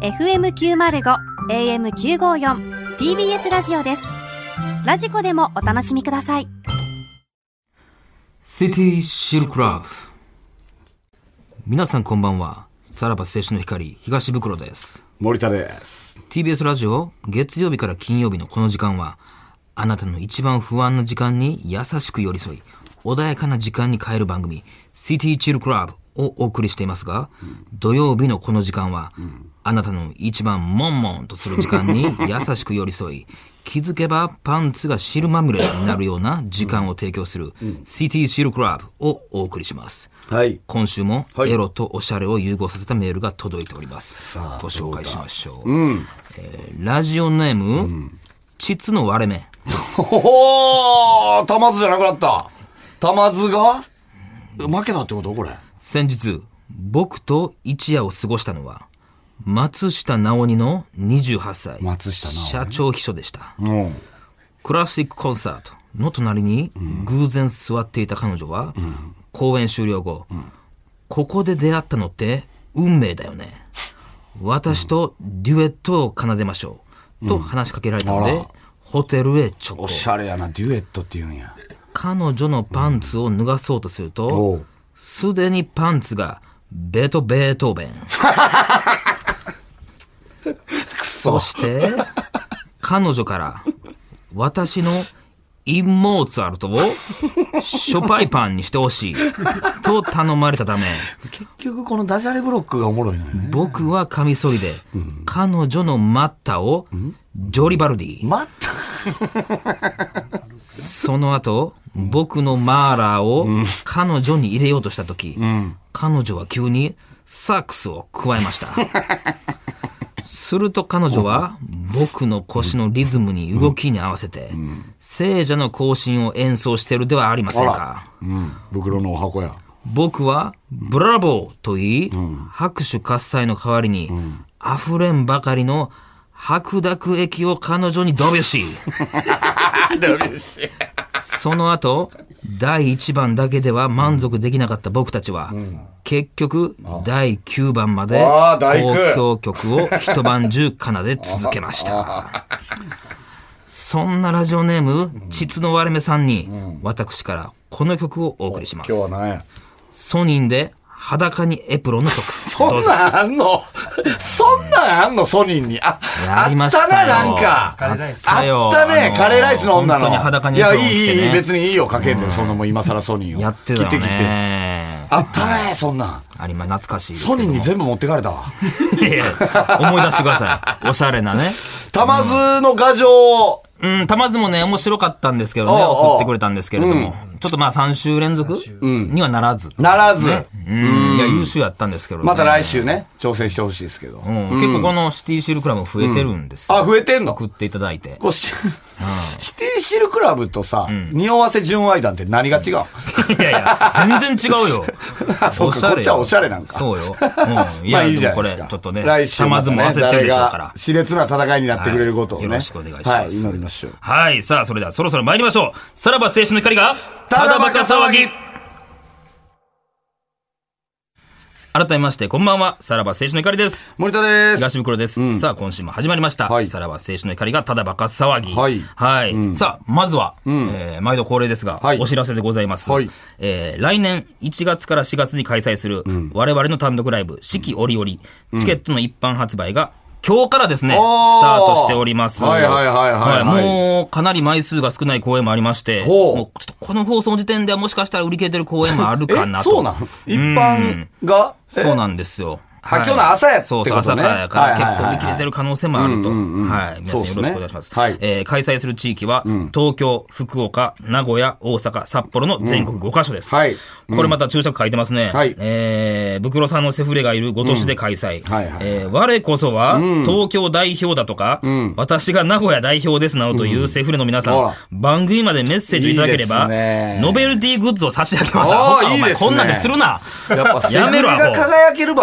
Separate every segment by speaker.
Speaker 1: FM905 AM954 TBS ラジオです。ラジコでもお楽しみください。
Speaker 2: シティシルクラブ。皆さんこんばんは。さらば青春の光東袋です。
Speaker 3: 森田です。
Speaker 2: TBS ラジオ月曜日から金曜日のこの時間は、あなたの一番不安な時間に優しく寄り添い、穏やかな時間に変える番組シティチルクラブをお送りしていますが、土曜日のこの時間は、あなたの一番モンモンとする時間に優しく寄り添い、気づけばパンツが汁まみれになるような時間を提供するシティシルクラブをお送りします。
Speaker 3: はい、
Speaker 2: 今週もエロとおしゃれを融合させたメールが届いております。ご紹介しましょう。ラジオネーム、膣の割れ目。
Speaker 3: おー、玉津じゃなくなった。玉津が負けたってことこれ。
Speaker 2: 先日僕と一夜を過ごしたのは松下直美の28歳
Speaker 3: 松下直美
Speaker 2: 社長秘書でした。クラシックコンサートの隣に偶然座っていた彼女は、公演終了後、ここで出会ったのって運命だよね、私とデュエットを奏でましょう、と話しかけられたので、ホテルへ直行。
Speaker 3: おしゃれやな、デュエットって言うんや。
Speaker 2: 彼女のパンツを脱がそうとすると、すでにパンツがベートーベンそして彼女から私のインモーツァルトをショパイパンにしてほしいと頼まれたため、
Speaker 3: 結局このダジャレブロックがおもろいのよね。
Speaker 2: 僕はカミソリで彼女のマッタをジョリバルディ、
Speaker 3: マッタ
Speaker 2: その後僕のマーラーを彼女に入れようとした時、彼女は急にサックスを加えましたすると彼女は僕の腰のリズムに動きに合わせて聖者の行進を演奏しているではありませんか。
Speaker 3: 袋のお箱や。
Speaker 2: 僕はブラボーと言い、拍手喝采の代わりに、溢れんばかりの白濁液を彼女にドビュッシーその後第1番だけでは満足できなかった僕たちは、結局第9番まで交響曲を一晩中奏で続けましたそんなラジオネーム膣の割れ目さんに、私からこの曲をお送りします。
Speaker 3: 今日は何や。
Speaker 2: ソニンで裸にエプロンの曲。
Speaker 3: そんなんあんのソニーに。
Speaker 2: やりましたよ。
Speaker 3: あったな、なんか。あったね、カレーライスの女の。
Speaker 2: 本当に裸にエプロン着てね。
Speaker 3: いや、いい、別にいいよ、かけんでも、そんなもん今更ソニーを。
Speaker 2: やってたよね。
Speaker 3: 切ってあったね、そんなん。
Speaker 2: 懐かしいですけども。
Speaker 3: ソニーに全部持ってかれたわ。
Speaker 2: いや思い出してください。おしゃれなね。
Speaker 3: 玉津の牙城。
Speaker 2: 玉津もね、面白かったんですけどね、送ってくれたんですけれども、ちょっとまあ3週連続にはならず。
Speaker 3: いや、
Speaker 2: 優秀やったんですけどね。
Speaker 3: また来週ね、挑戦してほしいですけど。
Speaker 2: 結構このシティシルクラブも増えてるんですよ。
Speaker 3: あ、増えてんの？
Speaker 2: 送っていただいて。
Speaker 3: シティシルクラブとさ、匂わせ純愛団って何が違う？
Speaker 2: いやいや、全然違うよ。
Speaker 3: そうか、こっちはおしゃれなんか。
Speaker 2: そうよ。
Speaker 3: いや、いいじゃないですか。
Speaker 2: ちょっとね、
Speaker 3: 来週
Speaker 2: 玉津も焦ってるでしょうから。
Speaker 3: 熾烈な戦いになってくれることをね。
Speaker 2: よろしくお願いします。
Speaker 3: はい、祈りましょう。
Speaker 2: はい、さあ、それではそろそろ参りましょう。さらば青春の光が、ただバカ騒ぎ。改めましてこんばんは、さらば青春の光です。
Speaker 3: 森田です。
Speaker 2: 東袋です。さあ今週も始まりました、さらば青春の光がただバカ騒ぎ。はい、さあまずは、毎度恒例ですが、お知らせでございます。来年1月から4月に開催する、我々の単独ライブ四季折々、チケットの一般発売が今日からですね、スタートしております。もうかなり枚数が少ない公演もありまして、もうちょっとこの放送の時点ではもしかしたら売り切れてる公演もあるかなと。
Speaker 3: そうなん一般が
Speaker 2: そうなんですよ。
Speaker 3: 今日の朝やってことね。
Speaker 2: そう、朝からやから結構売り切れてる可能性もあると。はい。皆さんよろしくお願いします。開催する地域は、東京、福岡、名古屋、大阪、札幌の全国5カ所です。これまた注釈書いてますね。袋さんのセフレがいる5都市で開催。我こそは、東京代表だとか、私が名古屋代表ですなどというセフレの皆さん、番組までメッセージいただければ、ノベルティグッズを差し上げます。お前こんなんで釣るな。
Speaker 3: やっぱセフレが輝ける番組になって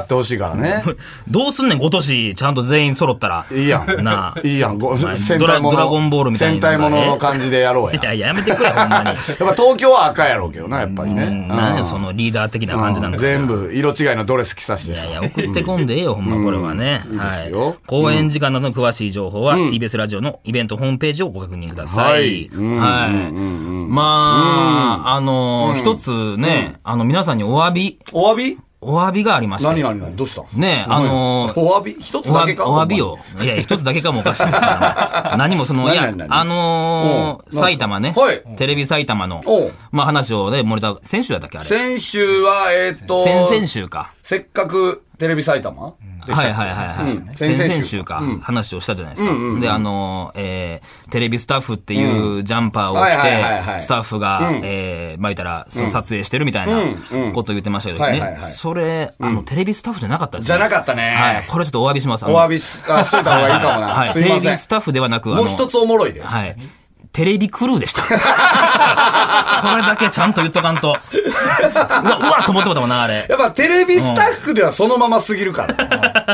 Speaker 3: ってほしいからね。
Speaker 2: どうすんねん、今年、ちゃんと全員揃ったら。
Speaker 3: いいやん。
Speaker 2: なあ。
Speaker 3: いいやん。
Speaker 2: ドラゴンボールみたいな。
Speaker 3: 戦隊ものの感じでやろうや。
Speaker 2: いや、やめてくれ、ほんまに。
Speaker 3: やっぱ東京は赤やろうけどな、やっぱりね。
Speaker 2: なんや、そのリーダー的な感じなんか。
Speaker 3: 全部、色違いのドレス着させて
Speaker 2: さ。いやいや、送ってこんでええよ、ほんま、これはね。はい。公演時間などの詳しい情報は、TBS ラジオのイベントホームページをご確認ください。はい。まあ、一つね、皆さんにお詫び。お詫びがありました。
Speaker 3: 何どうした
Speaker 2: ね
Speaker 3: お詫び一つだけか
Speaker 2: お詫びよ。いや、一つだけかもおかしいですから何もいや、埼玉ね。テレビ埼玉の、まあ話をね、森田、先週だったっけあれ。
Speaker 3: 先週は、
Speaker 2: 先々週か。
Speaker 3: せっかくテレビ埼玉
Speaker 2: はい。先々週か、話をしたじゃないですか。で、テレビスタッフっていうジャンパーを着て、スタッフが、巻いたら、その撮影してるみたいなことを言ってましたけどね。それ、テレビスタッフじゃなかったですね。
Speaker 3: じゃなかったね。
Speaker 2: はい。これちょっとお詫びします。
Speaker 3: お詫びしといた方がいいかもな。はい。
Speaker 2: テレビスタッフではなく、
Speaker 3: もう一つおもろいで。
Speaker 2: はい。テレビクルーでした。これだけちゃんと言っとかんと。うわと思ってもたもんな、あれ。
Speaker 3: やっぱテレビスタッフではそのまますぎるから。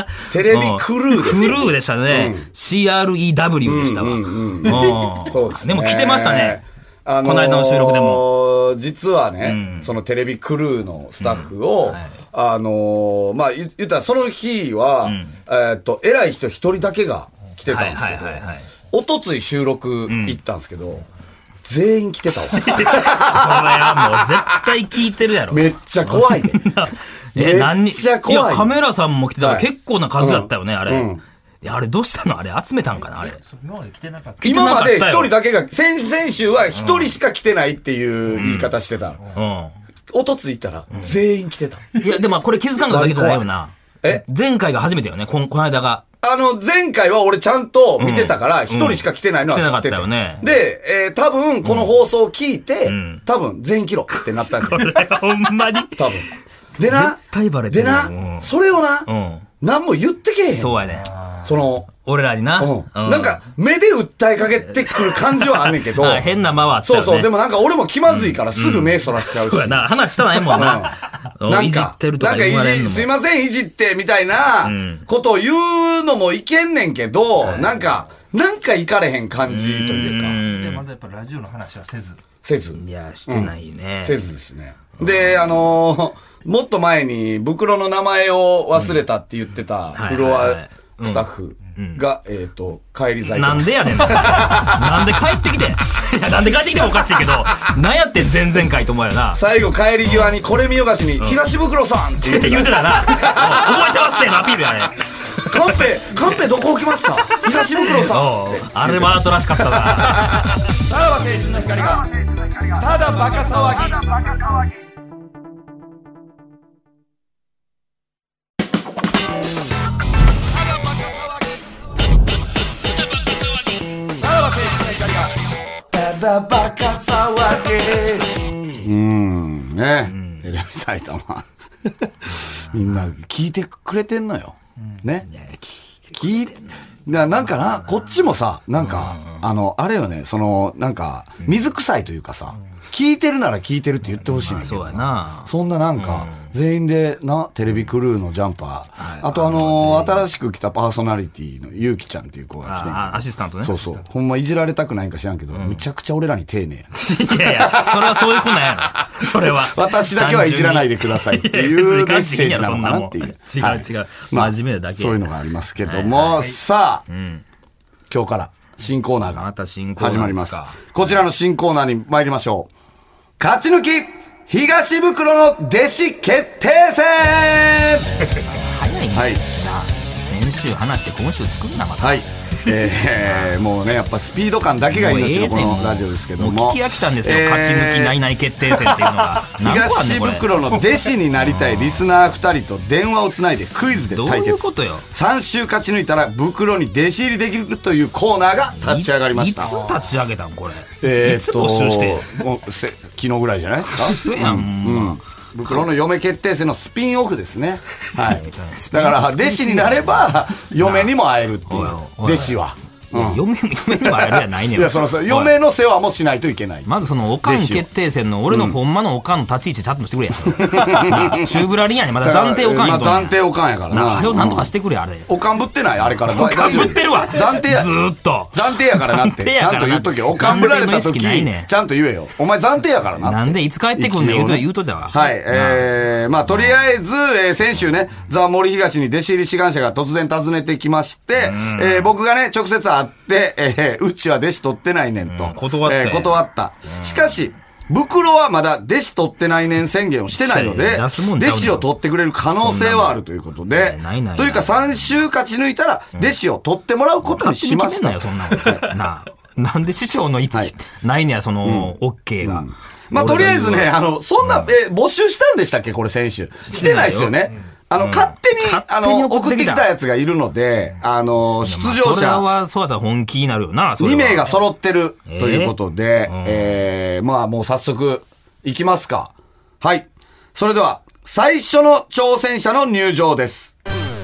Speaker 3: テレビクルーです。
Speaker 2: クルーでしたね。CREW でしたわ。
Speaker 3: そうですね。
Speaker 2: でも来てましたね。この間の収録でも。
Speaker 3: 実はね、そのテレビクルーのスタッフを、まあ、言ったらその日は、偉い人一人だけが来てたんですけど、おとつい収録行ったんですけど、全員来てたわ。これ
Speaker 2: はもう絶対聞いてるやろ。
Speaker 3: めっちゃ怖いね。
Speaker 2: めっちゃ怖い。いや、カメラさんも来てたから結構な数だったよね、あれ。いや、あれどうしたのあれ集めたんかなあれ。
Speaker 3: 今まで来てなかった。今まで一人だけが、先週は一人しか来てないっていう言い方してた。おとついったら全員来てた。
Speaker 2: いや、でもこれ気づかんかっただけじゃないよな。前回が初めてよね、この間が。
Speaker 3: 前回は俺ちゃんと見てたから、一人しか来てないのは知ってて。で、多分この放送を聞いて、多分全員来ろってなったんだよ。
Speaker 2: これほんまに
Speaker 3: 多分。でな、
Speaker 2: 絶対バレてる。
Speaker 3: でな、それをな、何も言ってけえへん。
Speaker 2: そうやね。俺らにな。
Speaker 3: なんか、目で訴えかけてくる感じはあんねんけど。
Speaker 2: 変な間はあったよね。
Speaker 3: そう。でもなんか俺も気まずいからすぐ目そらしちゃうし。
Speaker 2: そうやな。話したないもんな。いじってるとか言われんのも。
Speaker 3: すいません、いじって、みたいなことを言うのもいけんねんけど、なんかいかれへん感じというか。
Speaker 4: で、まだやっぱラジオの話は
Speaker 3: せず。
Speaker 2: いや、してないね。
Speaker 3: せずですね。で、もっと前に、袋の名前を忘れたって言ってたフロアスタッフが、帰り咲いて
Speaker 2: なんでやねん。なんで帰ってきて。いや、なんで帰ってきてもおかしいけど、なんやってん前々回と思うよな。
Speaker 3: 最後帰り際にこれ見よがしに、東袋さんって
Speaker 2: 言ってたな。覚えてますね、アピールやね。
Speaker 3: カンペどこ置きました東袋さん。
Speaker 2: あれもアートらしかったな。
Speaker 3: さらば青春の光が、ただバカ騒ぎ。バカ騒ぎ。ね、テレビ埼玉。みんな聞いてくれてんのよ。ね。聞いて、なんかな、こっちもさ、なんか、あれよね、なんか、水臭いというかさ、聞いてるなら聞いてるって言ってほしいんだけど。
Speaker 2: そうやな。
Speaker 3: そんななんか、全員でな、テレビクルーのジャンパー。あと新しく来たパーソナリティのゆうきちゃんっていう子が来てんけど。
Speaker 2: アシスタントね。
Speaker 3: そう。ほんまいじられたくないんか知らんけど、むちゃくちゃ俺らに丁寧
Speaker 2: や。いや、それはそういう子なんやろ。それは。
Speaker 3: 私だけはいじらないでくださいっていうメッセージなのかなっていう。
Speaker 2: 違う。真面目だけ。
Speaker 3: そういうのがありますけども、さあ、今日から新コーナーが始まります。こちらの新コーナーに参りましょう。勝ち抜き東袋の弟子決定戦。
Speaker 2: 早いね。
Speaker 3: はい。
Speaker 2: 先週話して今週作るなまた。
Speaker 3: はい。もうね、やっぱスピード感だけが命のこのラジオですけども。
Speaker 2: もう聞き飽きたんですよ。勝ち抜きないない決定戦っていうのが。
Speaker 3: 東袋の弟子になりたいリスナー2人と電話をつないでクイズで対決。
Speaker 2: どういうことよ。
Speaker 3: 3週勝ち抜いたら袋に弟子入りできるというコーナーが立ち上がりました。
Speaker 2: いつ立ち上げたんこれ。いつ募集して。
Speaker 3: 昨日ぐらいじゃないですか。
Speaker 2: そうやん。
Speaker 3: 袋の嫁決定戦のスピンオフですね。はい。だから弟子になれば嫁にも会えるっていう。弟子は。
Speaker 2: いや嫁にはあれやないねん。
Speaker 3: いや、嫁の世話もしないといけない。
Speaker 2: まずその、おかん決定戦の、俺のほんまのおかんの立ち位置ちゃんとしてくれや。中ぶらりんやねん。まだ暫定おかんやと。
Speaker 3: まあ暫定おかんやからな。
Speaker 2: はよなんとかしてくれ、あれ。
Speaker 3: おかんぶってないあれから。
Speaker 2: おかんぶってるわ。
Speaker 3: 暫定や。
Speaker 2: ずーっと。
Speaker 3: 暫定やからなって。ちゃんと言うとき。おかんぶられたとき、ちゃんと言えよ。お前暫定やからな。
Speaker 2: なんでいつ帰ってくんねん言うといたわ。
Speaker 3: はい。まあ、とりあえず、先週ね、ザ・森東に弟子入り志願者が突然訪ねてきまして、僕がね、直接会って、うちは弟子取ってないねんと。
Speaker 2: 断
Speaker 3: った。しかし、袋はまだ弟子取ってないねん宣言をしてないので、弟子を取ってくれる可能性はあるということで、というか3週勝ち抜いたら、弟子を取ってもらうことにしました。
Speaker 2: そんななんで師匠の位置、ないねや、その、OK が。
Speaker 3: まあ、とりあえずね、そんな、募集したんでしたっけこれ先週。してないですよね。勝手に送ってきたやつがいる出場者。
Speaker 2: それは、そうやったら本気になるよな、
Speaker 3: 2名が揃ってるということで、まあもう早速、行きますか。はい。それでは、最初の挑戦者の入場です。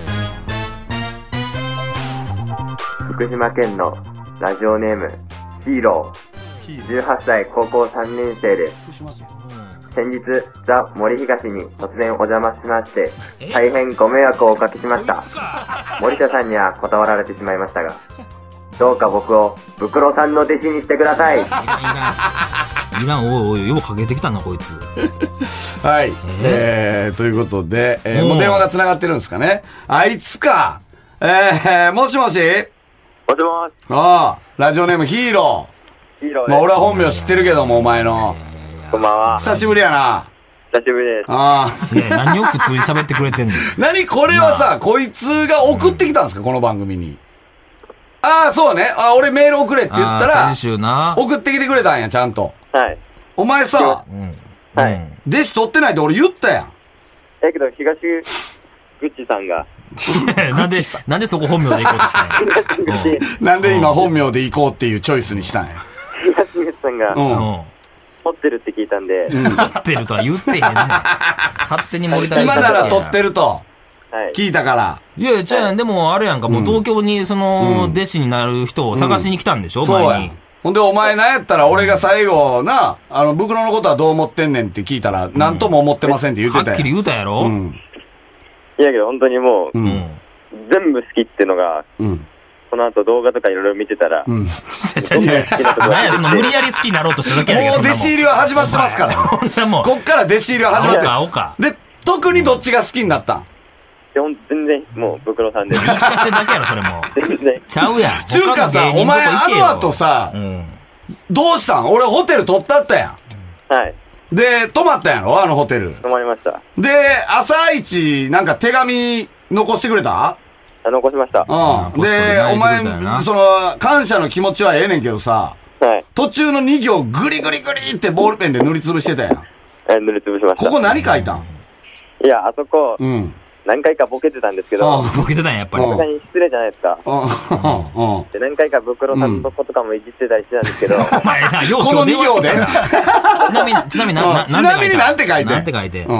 Speaker 4: 福島県のラジオネーム、ヒーロー。18歳高校3年生です。先日、ザ・森東に突然お邪魔しまして、大変ご迷惑をおかけしました。森田さんには断られてしまいましたが、どうか僕を、ブクロさんの弟子にしてください。
Speaker 2: いらん、おい、ようかけてきたな、こいつ。
Speaker 3: はい。ということで、もう電話が繋がってるんですかね。あいつか。もしもし？
Speaker 4: もしもし。
Speaker 3: ああ、ラジオネームヒーロー。
Speaker 4: ヒーローです。
Speaker 3: まあ俺は本名知ってるけども、お前の。
Speaker 4: こんばんは。
Speaker 3: 久しぶりやな。
Speaker 4: 久しぶりです。
Speaker 3: あ
Speaker 2: あ。いや、何を普通に喋ってくれてんの？
Speaker 3: 何これはさ、こいつが送ってきたんですか、この番組に。ああ、そうね。俺メール送れって言ったら、
Speaker 2: 先週な。
Speaker 3: 送ってきてくれたんや、ちゃんと。
Speaker 4: はい。
Speaker 3: お前さ、
Speaker 4: はい。
Speaker 3: 弟子取ってないって俺言ったやん。
Speaker 4: だけど、東口さんが。
Speaker 2: なんでそこ本名で行こうとしたんや。
Speaker 3: なんで今本名で行こうっていうチョイスにしたんや。
Speaker 4: 東口さんが、撮ってるって聞いたんで。
Speaker 2: 撮ってるとは言ってへんねん。勝手に森田が
Speaker 3: 今なら撮ってると。聞いたから。
Speaker 2: いや、じゃあ、でもあれやんか、もう東京にその、弟子になる人を探しに来たんでしょ、
Speaker 3: そう
Speaker 2: 前に。
Speaker 3: ほんで、お前なんやったら俺が最後な、袋のことはどう思ってんねんって聞いたら、なんとも思ってませんって言ってたやん。
Speaker 2: はっきり言うたやろ？
Speaker 4: いやけど本当にもう、全部好きってのが、この後動画とかいろいろ見てたら、
Speaker 2: 何や、その無理やり好きになろうとしただけやけど、
Speaker 3: もう弟子入りは始まってますから。こっから弟子入りは始まってる。で、特にどっちが好きになったん？
Speaker 4: 全然、もう、ブクロさんです。
Speaker 2: 言い聞かせてるだけやろ、それも。全然。ちゃうやん。
Speaker 3: ちゅうかさ、お前後さ、どうしたん？俺ホテル取ったったや
Speaker 4: ん。はい。
Speaker 3: で、泊まったやろ？ホテル。
Speaker 4: 泊まりました。
Speaker 3: で、朝一、なんか手紙残してくれた？
Speaker 4: 残しました。
Speaker 3: で、お前、感謝の気持ちはええねんけどさ、途中の2行グリグリグリってボールペンで塗りつぶしてたやん。
Speaker 4: 塗りつぶしました。
Speaker 3: ここ何書いたん？
Speaker 4: いや、あそこ、何回かボケてたんですけど、
Speaker 2: ボケてたんや、やっぱり。
Speaker 4: さすがに失礼じゃないですか。で、何回かブクロさんの子とかもいじってたりしてたんですけど、
Speaker 2: お前な、よう
Speaker 3: この2行で
Speaker 2: ちなみに
Speaker 3: なんて書いて
Speaker 2: なんて書いて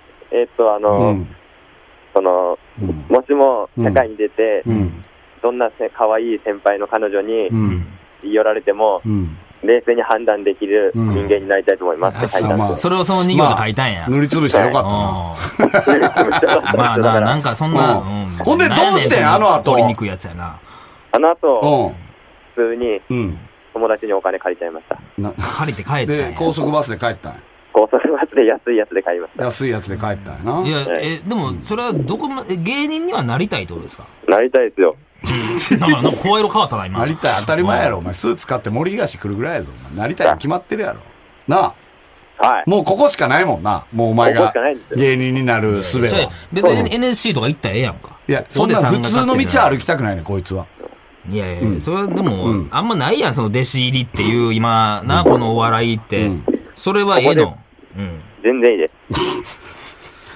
Speaker 4: もしも社会に出て、どんな可愛い先輩の彼女に言い寄られても、冷静に判断できる人間になりたいと思いますって書いたんです。
Speaker 2: それをその2行で書いたんや。
Speaker 3: 塗りつぶしてよかった
Speaker 2: な。まあな、なんかそんな、
Speaker 3: ほんでどうしてん？あの後。
Speaker 2: 取りにくいやつやな。
Speaker 4: あの後、普通に友達にお金借りちゃいました。
Speaker 2: 借りて帰ったんや。
Speaker 3: で、高速バスで帰ったんや。
Speaker 4: 高速バスで安いやつで帰りました。
Speaker 3: 安いやつで帰ったんやな。
Speaker 2: いや、でも、それは芸人にはなりたいってことですか？
Speaker 4: なりたいですよ。
Speaker 2: なんか声色変わったな、今。
Speaker 3: なりたい、当たり前やろ。お前、スーツ買って森東来るぐらいやぞ。なりたいに決まってるやろ。なあ。
Speaker 4: はい。
Speaker 3: もうここしかないもんな。もうお前が芸人になる術は。
Speaker 2: 別に NSC とか行ったらええやんか。
Speaker 3: いや、そんな普通の道歩きたくないね、こいつは。
Speaker 2: いやいや、それはでも、あんまないやん、その弟子入りっていう、今、な、このお笑いって。それはええの。
Speaker 4: 全然いいです。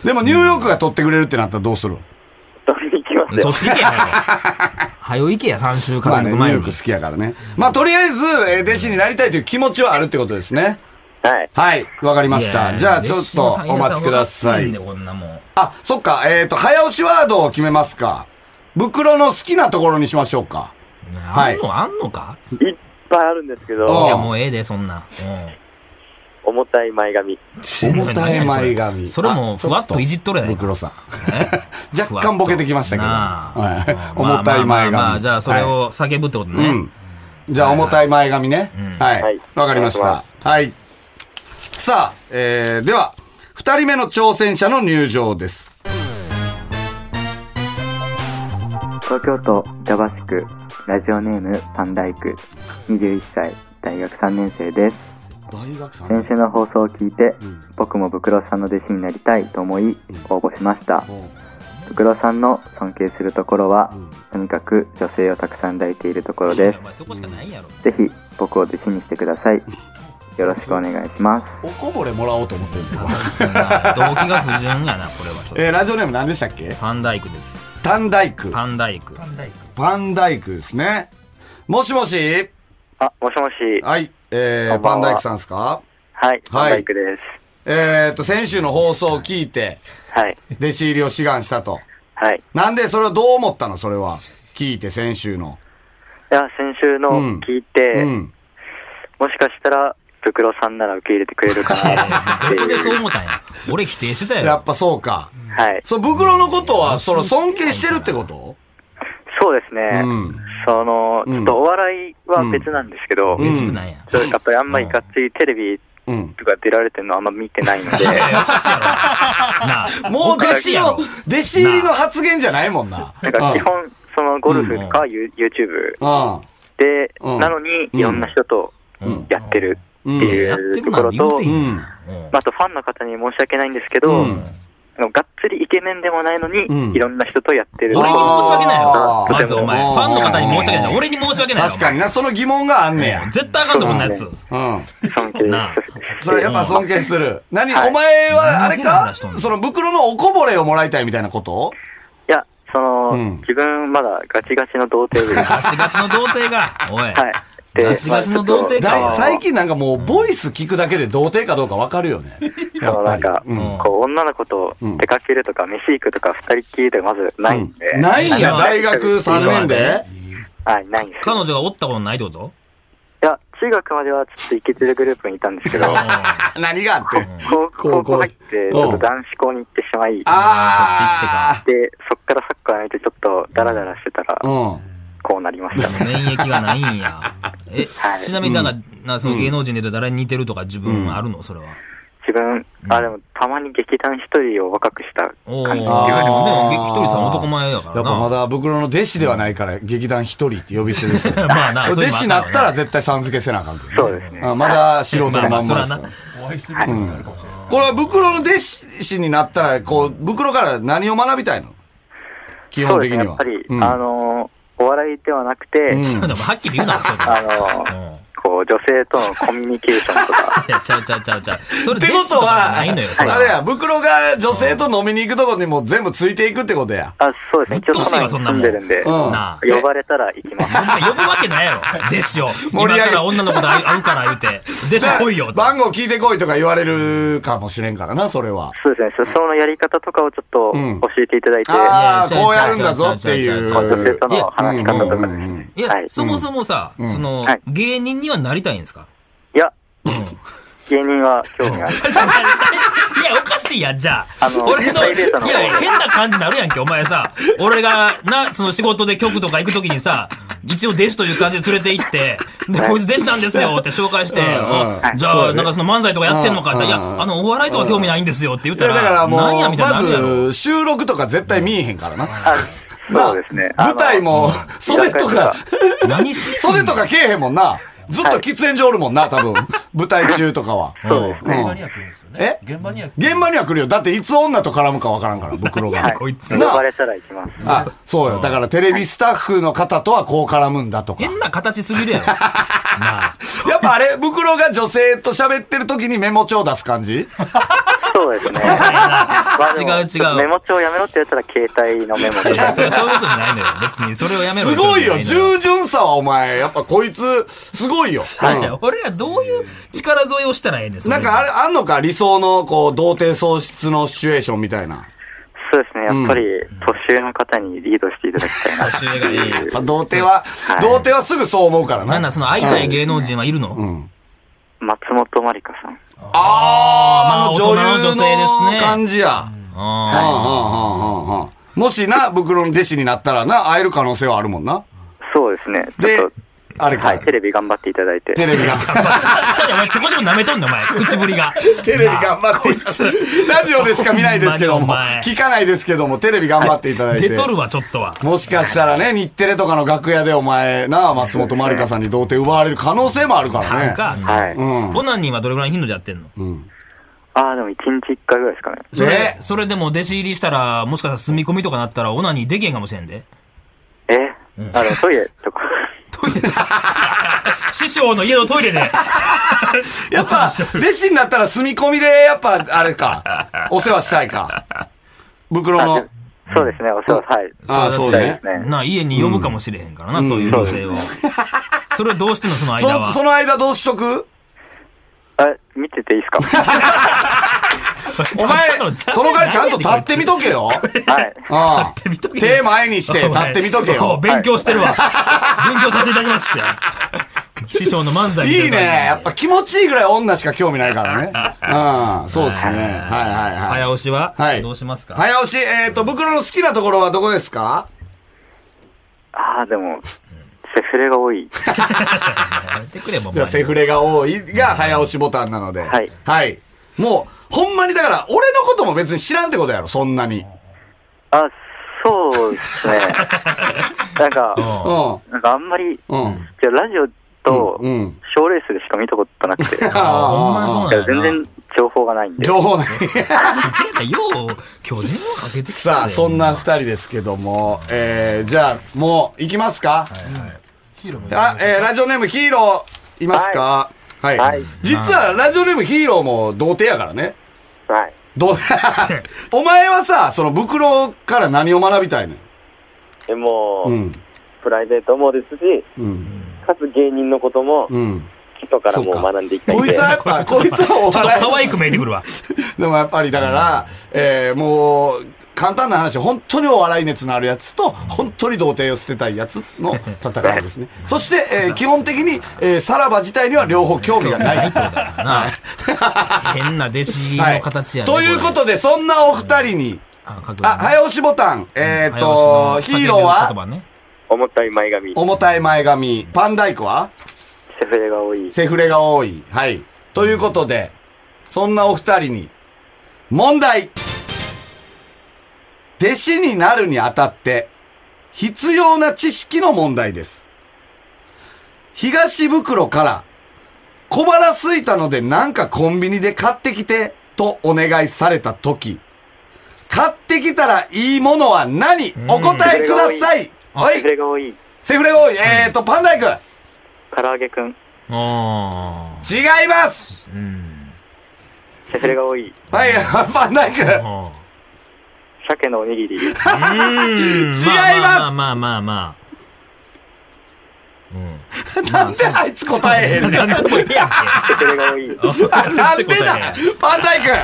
Speaker 3: でもニューヨークが取ってくれるってなったらどうする？
Speaker 4: 取りに行きますよ。
Speaker 2: そっち行けや。はよ行けや、3週間前に。
Speaker 3: ニューヨーク好きやからね。まあ、とりあえず、弟子になりたいという気持ちはあるってことですね。
Speaker 4: はい。
Speaker 3: はい、わかりました。じゃあ、ちょっとお待ちください。あ、そっか、早押しワードを決めますか。袋の好きなところにしましょうか。 はい。
Speaker 2: あんのか
Speaker 4: いっぱいあるんですけど。
Speaker 2: いや、もうええで、そんな。
Speaker 4: 重たい前髪。
Speaker 3: 重たい前髪。
Speaker 2: それもふわっといじっとるやないか。
Speaker 3: ブクロさん。若干ボケてきましたけど。重たい前髪。
Speaker 2: まあ、じゃあそれを叫ぶってことね。
Speaker 3: じゃあ重たい前髪ね。はい。わかりました。はい。さあ、では、二人目の挑戦者の入場です。
Speaker 4: 東京都板橋区、ラジオネームパンダイク、21歳、大学3年生です。先週の放送を聞いて、僕もブクロさんの弟子になりたいと思い応募しました。ブクロさんの尊敬するところは、とにかく女性をたくさん抱いているところです。ぜひ僕を弟子にしてください。よろしくお願いします。
Speaker 3: おこぼれもらおうと思ってるんです
Speaker 2: けど動機が不純やな、これはちょっと。
Speaker 3: ラジオネーム何でしたっけ？
Speaker 2: パンダイクです。
Speaker 3: パンダイク。
Speaker 2: パンダイク。
Speaker 3: パンダイクですね。もしもし。
Speaker 4: あ、もしもし。
Speaker 3: はい。パンダイクさんですか？
Speaker 4: はい、パンダイクで
Speaker 3: す。先週の放送を聞いて、
Speaker 4: はい。
Speaker 3: 弟子入りを志願したと。
Speaker 4: はい。
Speaker 3: なんでそれをどう思ったの？それは。聞いて、先週の。
Speaker 4: いや、先週の聞いて、もしかしたら、ブクロさんなら受け入れてくれるかなっていう。
Speaker 2: どこでそう思ったんや。俺否定してたよ。
Speaker 3: やっぱそうか。
Speaker 4: はい。
Speaker 3: そう、ブクロのことは、尊敬してるってこと？
Speaker 4: そうですね。ちょっとお笑いは別なんですけど、
Speaker 2: 別ってなんや。
Speaker 4: やっぱりあんまりがっつりテレビとか出られてるのあんま見てないので。
Speaker 3: もう弟子入りの発言じゃないもんな。
Speaker 4: なんか基本、そのゴルフとか YouTube で、なのにいろんな人とやってるっていうところと、あとファンの方に申し訳ないんですけど、がっつりイケメンでもないのに、いろんな人とやってる。
Speaker 2: 俺に申し訳ないよ。まずお前、ファンの方に申し訳ない。俺に申し訳ない。
Speaker 3: 確かにな、その疑問があんねや。
Speaker 2: 絶対あかんとこんなやつ。
Speaker 4: 尊敬
Speaker 3: それやっぱ尊敬する。お前はあれかその袋のおこぼれをもらいたいみたいなこと？
Speaker 4: いや、自分まだガチガチの童貞で。
Speaker 2: ガチガチの童貞が、おい。
Speaker 4: はい。
Speaker 2: ガチガチの童貞か。
Speaker 3: 最近なんかもう、ボイス聞くだけで童貞かどうかわかるよね。
Speaker 4: なんか、女の子と出かけるとか、飯行くとか、二人っきりでまずないんで。
Speaker 3: ないんや、大学3年で？
Speaker 4: はい、ないんです。
Speaker 2: 彼女がおったことないってこと？
Speaker 4: いや、中学まではちょっとイケてるグループにいたんですけど。
Speaker 3: 何があって
Speaker 4: 高校入って、ちょっと男子校に行ってしまい。で、そっからサッカーやめてちょっとダラダラしてたら、こうなりました。
Speaker 2: 免疫がないんや。ちなみにその芸能人で言うと誰に似てるとか自分あるの？それは。
Speaker 4: 自分、でもたまに劇団一人を若くした感じ。で
Speaker 2: も一人さん男前やからな。
Speaker 3: やっぱまだ袋の弟子ではないから劇団一人って呼び捨てですよ。
Speaker 2: まあな、
Speaker 3: 弟子になったら絶対さん付けせなあかんけど。
Speaker 4: そうですね。
Speaker 3: まだ素人のまんまですから。これは袋の弟子になったら、袋から何を学びたいの？基本的には。
Speaker 4: やっぱり、お笑いではなくて、
Speaker 2: はっきり言うな、
Speaker 4: 女性とのコミュニケーションとか。
Speaker 2: いや、ちゃう。それ
Speaker 3: ってことは、あれや、袋が女性と飲みに行くとこにも全部ついていくってことや。
Speaker 4: そうですね。ちょっと都内に住んでるんで、呼ばれたら行きます。
Speaker 2: 呼ぶわけないやろ。弟子を。今から女の子と会うから言うて、弟子来いよ。
Speaker 3: 番号聞いてこいとか言われるかもしれんからな、それは。
Speaker 4: そうですね。そのやり方とかをちょっと教えていただいて。
Speaker 3: こうやるんだぞっていう。
Speaker 4: 女性との話し方とかですね。
Speaker 2: いや、そもそもさ、芸人にはなりたいんですか？
Speaker 4: いや、芸人は興味ある。
Speaker 2: いや、おかしいやん、じゃあ。俺の、いや、変な感じになるやんけ、お前さ。俺が、その仕事で局とか行くときにさ、一応弟子という感じで連れて行って、で、こいつ弟子なんですよって紹介して、じゃあ、なんかその漫才とかやってんのかって、いや、お笑いとか興味ないんですよって言ったら、
Speaker 3: だからもう、
Speaker 2: なんやみたいな。
Speaker 3: まず、収録とか絶対見えへんからな。
Speaker 4: そうですね。
Speaker 3: 舞台も、袖とか、袖とかけえへんもんな。ずっと喫煙所おるもんな、多分。舞台中とかは。
Speaker 4: そうですね。
Speaker 5: 現場には来るんですよね。現場
Speaker 3: には来るよ。だっていつ女と絡むかわからんから、袋が。
Speaker 2: こいつ。
Speaker 4: 呼ばれたら行きます。
Speaker 3: そうよ。だからテレビスタッフの方とはこう絡むんだとか。
Speaker 2: 変な形すぎるやろ。な
Speaker 3: あ。やっぱあれ、袋が女性と喋ってる時にメモ帳出す感じ？
Speaker 4: そうですね。
Speaker 2: 違う。
Speaker 4: メモ帳やめろって言ったら携帯のメモで。
Speaker 2: そういうことじゃないのよ。別にそれをやめろ。
Speaker 3: すごいよ。従順さはお前、やっぱこいつ、すごいよ。
Speaker 2: 俺がどういう力添えをしたらええんですか？
Speaker 3: なんかあんのか理想の、童貞喪失のシチュエーションみたいな。
Speaker 5: そうですね。やっぱり、年上の方にリードしていただきたいな。
Speaker 2: 年上がいい。
Speaker 3: やっぱ童貞はすぐそう思うからな。
Speaker 2: なんだ、その会いたい芸能人はいるの？
Speaker 5: 松本まりかさん。
Speaker 3: 女優
Speaker 2: 大人の女性ですね
Speaker 3: の感じや。もしな、袋の弟子になったらな、会える可能性はあるもんな。
Speaker 5: そうですね。
Speaker 3: で
Speaker 5: ちょっと、
Speaker 3: あれか。
Speaker 5: はい、テレビ頑張っていただいて。
Speaker 3: テレビが。
Speaker 2: ちょっとお前ちょこちょこ舐めとんねん、お前。口ぶりが。
Speaker 3: テレビ頑張っていただいて。ラジオでしか見ないですけども、
Speaker 2: ほんまにお前
Speaker 3: 聞かないですけども、テレビ頑張っていただいて。
Speaker 2: 出とるわ、ちょっとは。
Speaker 3: もしかしたらね、日テレとかの楽屋でお前、松本まりかさんに童貞奪われる可能性もあるからね。
Speaker 2: なんか、
Speaker 5: はい。
Speaker 2: オナニーはどれぐらいの頻度でやってんの？
Speaker 5: でも1日1回ぐらいですかね。
Speaker 2: それでも弟子入りしたら、もしかしたら住み込みとかなったら、オナニーできへんかもしれんで。
Speaker 5: でもトイレとか。
Speaker 2: トイレとか。師匠の家のトイレで。
Speaker 3: やっぱ、弟子になったら住み込みで、やっぱ、あれか、お世話したいか。袋の。
Speaker 5: そうですね、お世話、はい。
Speaker 3: そうね。
Speaker 2: 家に呼ぶかもしれへんからな、そういう女性を。それどうしてんの、その間は。
Speaker 3: その間どうしとく？
Speaker 5: 見てていいですか？
Speaker 3: お前、その代わりちゃんと立ってみとけよ。
Speaker 5: はい。
Speaker 3: 手前にして立ってみとけよ。
Speaker 2: 勉強してるわ。勉強させていただきますよ。師匠の漫才
Speaker 3: いいね。やっぱ気持ちいいぐらい女しか興味ないからね。そうですね。
Speaker 2: 早押しはどうしますか？
Speaker 3: 早押し、袋の好きなところはどこですか？
Speaker 5: でも、セフレが多い。
Speaker 3: じゃあセフレが多いが早押しボタンなので。はい。もう、ほんまにだから、俺のことも別に知らんってことやろ、そんなに。
Speaker 5: そうですね。なんかあんまり、じゃラジオと、賞レースでしか見たことなくて。全然情報がないんで。
Speaker 3: 情報ない。
Speaker 2: すげえな、よう、今日電話かけてきた。
Speaker 3: さあ、そんな二人ですけども、じゃあ、もう、行きますか？ラジオネームヒーロー、いますか？はい。実は、ラジオネームヒーローも童貞やからね。
Speaker 5: はい。
Speaker 3: お前はさ、その袋から何を学びたいの？
Speaker 5: もう、プライベートもですし、かつ芸人のことも、基礎からもう学んでいきたいんで。
Speaker 3: こいつはやっぱ、こいつはお笑い。
Speaker 2: 可愛く見えてくるわ。
Speaker 3: でもやっぱりだから、もう、簡単な話、本当にお笑い熱のあるやつと、本当に童貞を捨てたいやつの戦いですね。そして、基本的に、さらば自体には両方興味がないってことだな。
Speaker 2: 変な弟子の形やね。
Speaker 3: ということで、そんなお二人に、早押しボタン、ヒーローは、
Speaker 5: 重たい前髪。
Speaker 3: 重たい前髪。パンダイクは
Speaker 5: セフレが多い。
Speaker 3: セフレが多い。はい。ということで、そんなお二人に、問題。弟子になるにあたって、必要な知識の問題です。東袋から、小腹空いたのでなんかコンビニで買ってきて、とお願いされたとき、買ってきたらいいものは何？お答えください。
Speaker 5: セフレが多い。
Speaker 3: セフレが多い。パンダイク。
Speaker 5: 唐揚げくん。
Speaker 3: 違います。
Speaker 5: セフレが多い。
Speaker 3: はい、パンダイク。
Speaker 5: 鮭のおにぎり。違い
Speaker 3: ます
Speaker 2: まあ。
Speaker 3: なんであいつ答えへんねん。
Speaker 2: なんでもいいやんけ。
Speaker 5: セフレが多い。
Speaker 3: なんでだパンダイク。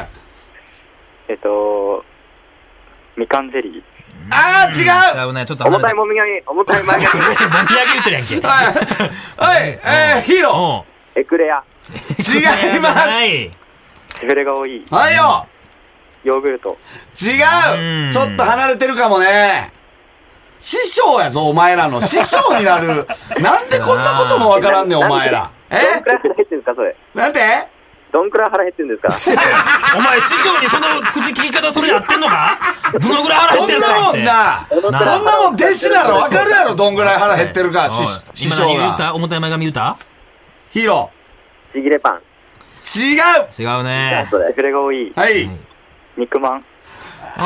Speaker 5: みかんゼリー。
Speaker 3: 違う
Speaker 2: ね、ちょっと
Speaker 5: 重たいもみあげ、重たい前髪。
Speaker 2: もみあげ言ってるやんけ。
Speaker 3: はい、ヒーロ
Speaker 5: ー。エクレア。
Speaker 3: 違います。
Speaker 5: セフレが多い。
Speaker 3: はいよ。
Speaker 5: ヨーグルト。
Speaker 3: 違う。ちょっと離れてるかもね。師匠やぞ、お前らの。師匠になる。なんでこんなこともわからんねん、お前ら。
Speaker 5: どんくらい腹減ってんですか、それ。
Speaker 3: なんて
Speaker 5: どんくらい腹減ってんですか？
Speaker 2: お前、師匠にその口聞き方それやってんのか？どのぐらい腹減ってんすか？
Speaker 3: そんなもん弟子ならわかるやろ、どんぐらい腹減ってるか、師匠が。
Speaker 2: 今何言った？重たい前髪言うた？
Speaker 3: ヒーロ
Speaker 5: ー。ちぎれパン。
Speaker 3: 違
Speaker 2: うね。
Speaker 5: セフレが多い。
Speaker 3: はい。
Speaker 5: 肉まん。
Speaker 3: 違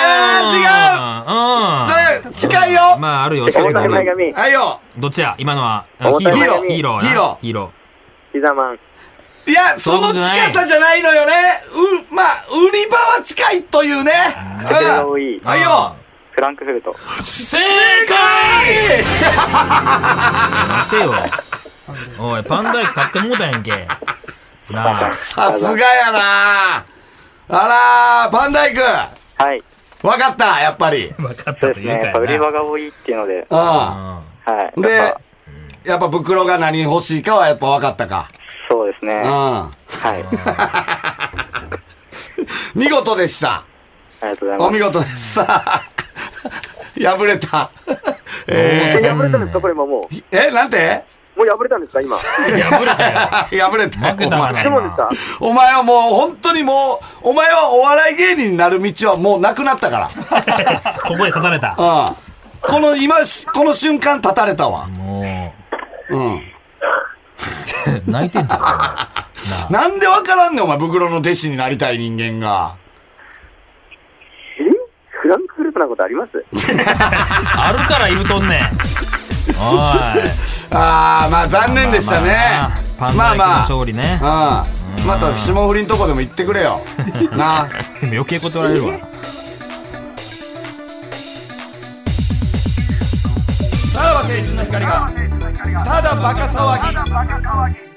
Speaker 3: う。近いよ。
Speaker 2: まあ、あるよ。
Speaker 5: 重たい前髪。
Speaker 3: はいよ。
Speaker 2: どっちや今のは。
Speaker 3: ヒーロ
Speaker 2: ー。
Speaker 5: ピザマン。
Speaker 3: いや、その近さじゃないのよね。まあ、売り場は近いというね。
Speaker 5: セフレが多い。
Speaker 3: はいよ。
Speaker 5: フランクフルト。
Speaker 2: 正解待てよ。おい、パンダイク買ってもうたやんけ。
Speaker 3: さすがやな。あらー、パンダイク。
Speaker 5: はい。
Speaker 3: わかった、やっぱり。
Speaker 2: わかった
Speaker 5: そうですね。
Speaker 2: というか
Speaker 5: やっぱ売り場が多いっていうので。
Speaker 3: あ
Speaker 5: あ。はい。
Speaker 3: で、やっぱ袋が何欲しいかはやっぱ分かったか。
Speaker 5: そうですね。はい。
Speaker 3: 見事でした。
Speaker 5: ありがとうございます。
Speaker 3: お見事です。さあ、破れた。
Speaker 4: 破れたんですか、これ今もう。
Speaker 3: なんて
Speaker 4: もう破れたんですか、今。
Speaker 2: 破れたよ。
Speaker 3: 破れた。
Speaker 2: 負けたかな。
Speaker 3: お前はもう本当にもう、お前はお笑い芸人になる道はもうなくなったから。
Speaker 2: ここで立たれた。
Speaker 3: この瞬間立たれたわ。
Speaker 2: もう。泣いてんじゃ
Speaker 3: ん。なんでわからんねん、お前、袋の弟子になりたい人間が。
Speaker 4: フランクフルトなことあります？
Speaker 2: あるから言うとんねん。おい。
Speaker 3: まあ残念でしたね。
Speaker 2: パンダ駅の勝利ね。
Speaker 3: また霜降りんとこでも行ってくれよ。なあ。
Speaker 2: 余計断られるわ。
Speaker 3: さらば青春の光がただバカ騒ぎ。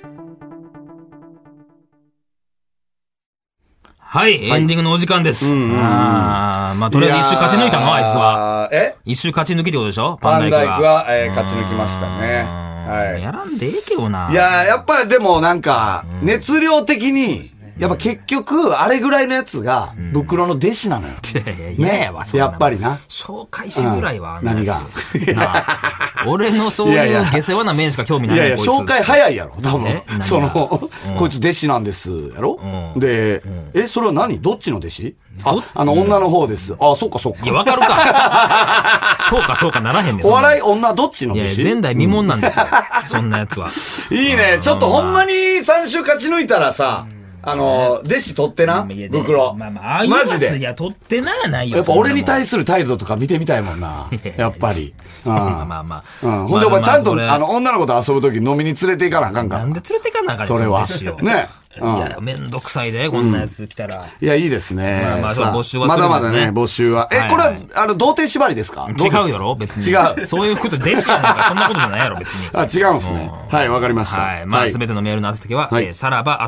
Speaker 2: はい、エンディングのお時間です。まあ、とりあえず一周勝ち抜いたのあいつは。一周勝ち抜きってことでしょ？
Speaker 3: パンダイクは、勝ち抜きましたね。はい。
Speaker 2: やらんでええけどな。
Speaker 3: いや、やっぱりでもなんか、熱量的に、やっぱ結局、あれぐらいのやつが、袋の弟子なのよ。
Speaker 2: ね
Speaker 3: え、やっぱりな。
Speaker 2: 紹介しづらいわ、
Speaker 3: 何が。
Speaker 2: 俺のそういう下世話な面しか興味ない。
Speaker 3: いやいや、紹介早いやろ、多分。こいつ弟子なんです、やろで、それは何？どっちの弟子？女の方です。そっかそっか。
Speaker 2: いや、わかるか。そうかならへんねん。
Speaker 3: お笑い女どっちの弟子？
Speaker 2: いや、前代未聞なんですよ。そんなやつは。
Speaker 3: いいね。ちょっとほんまに3週勝ち抜いたらさ、弟子取ってな、袋。
Speaker 2: マジで。いや、取ってないよ。
Speaker 3: やっぱ俺に対する態度とか見てみたいもんな。やっぱり。
Speaker 2: まあ。
Speaker 3: ほんでお前ちゃんと、女の子と遊ぶとき飲みに連れて行かなあかんから。
Speaker 2: なんで連れて行かなあかん
Speaker 3: それは。ね。
Speaker 2: いや、めんどくさいで、こんなやつ来たら。
Speaker 3: いや、いいですね。
Speaker 2: 募集は
Speaker 3: まだまだね、募集は。これは、童貞縛りですか？
Speaker 2: 違うやろ別に。違う。そういうこと、弟子やなんか、そんなことじゃないやろ別に。
Speaker 3: 違うんですね。はい、わかりました。
Speaker 2: はい。まあ、すべてのメールの宛先は、さらば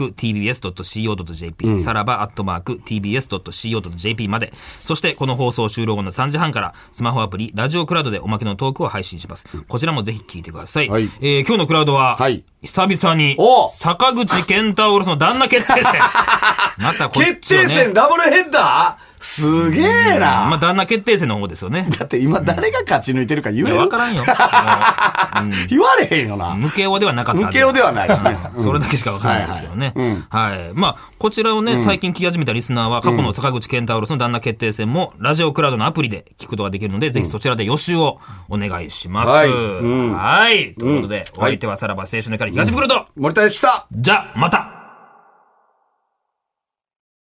Speaker 2: @tbs.co.jp、さらば@tbs.co.jp まで。そして、この放送終了後の3時半から、スマホアプリ、ラジオクラウドでおまけのトークを配信します。こちらもぜひ聞いてください。今日のクラウドは、久々に、坂口健太郎の旦那決定戦。またこっちをね。
Speaker 3: 決定戦ダブルヘッダー？すげえな。
Speaker 2: まあ、旦那決定戦の方ですよね。
Speaker 3: だって今誰が勝ち抜いてるか言える？
Speaker 2: わからんよ。
Speaker 3: 言われへんよな。
Speaker 2: 無形ではなかった。
Speaker 3: 無形ではない。
Speaker 2: それだけしかわからないですけどね。はい。まあ、こちらをね、最近聞き始めたリスナーは、過去の坂口健太郎の旦那決定戦も、ラジオクラウドのアプリで聞くことができるので、ぜひそちらで予習をお願いします。はい。ということで、お相手はさらば青春の光東袋と、
Speaker 3: 森田でした。
Speaker 2: じゃ、また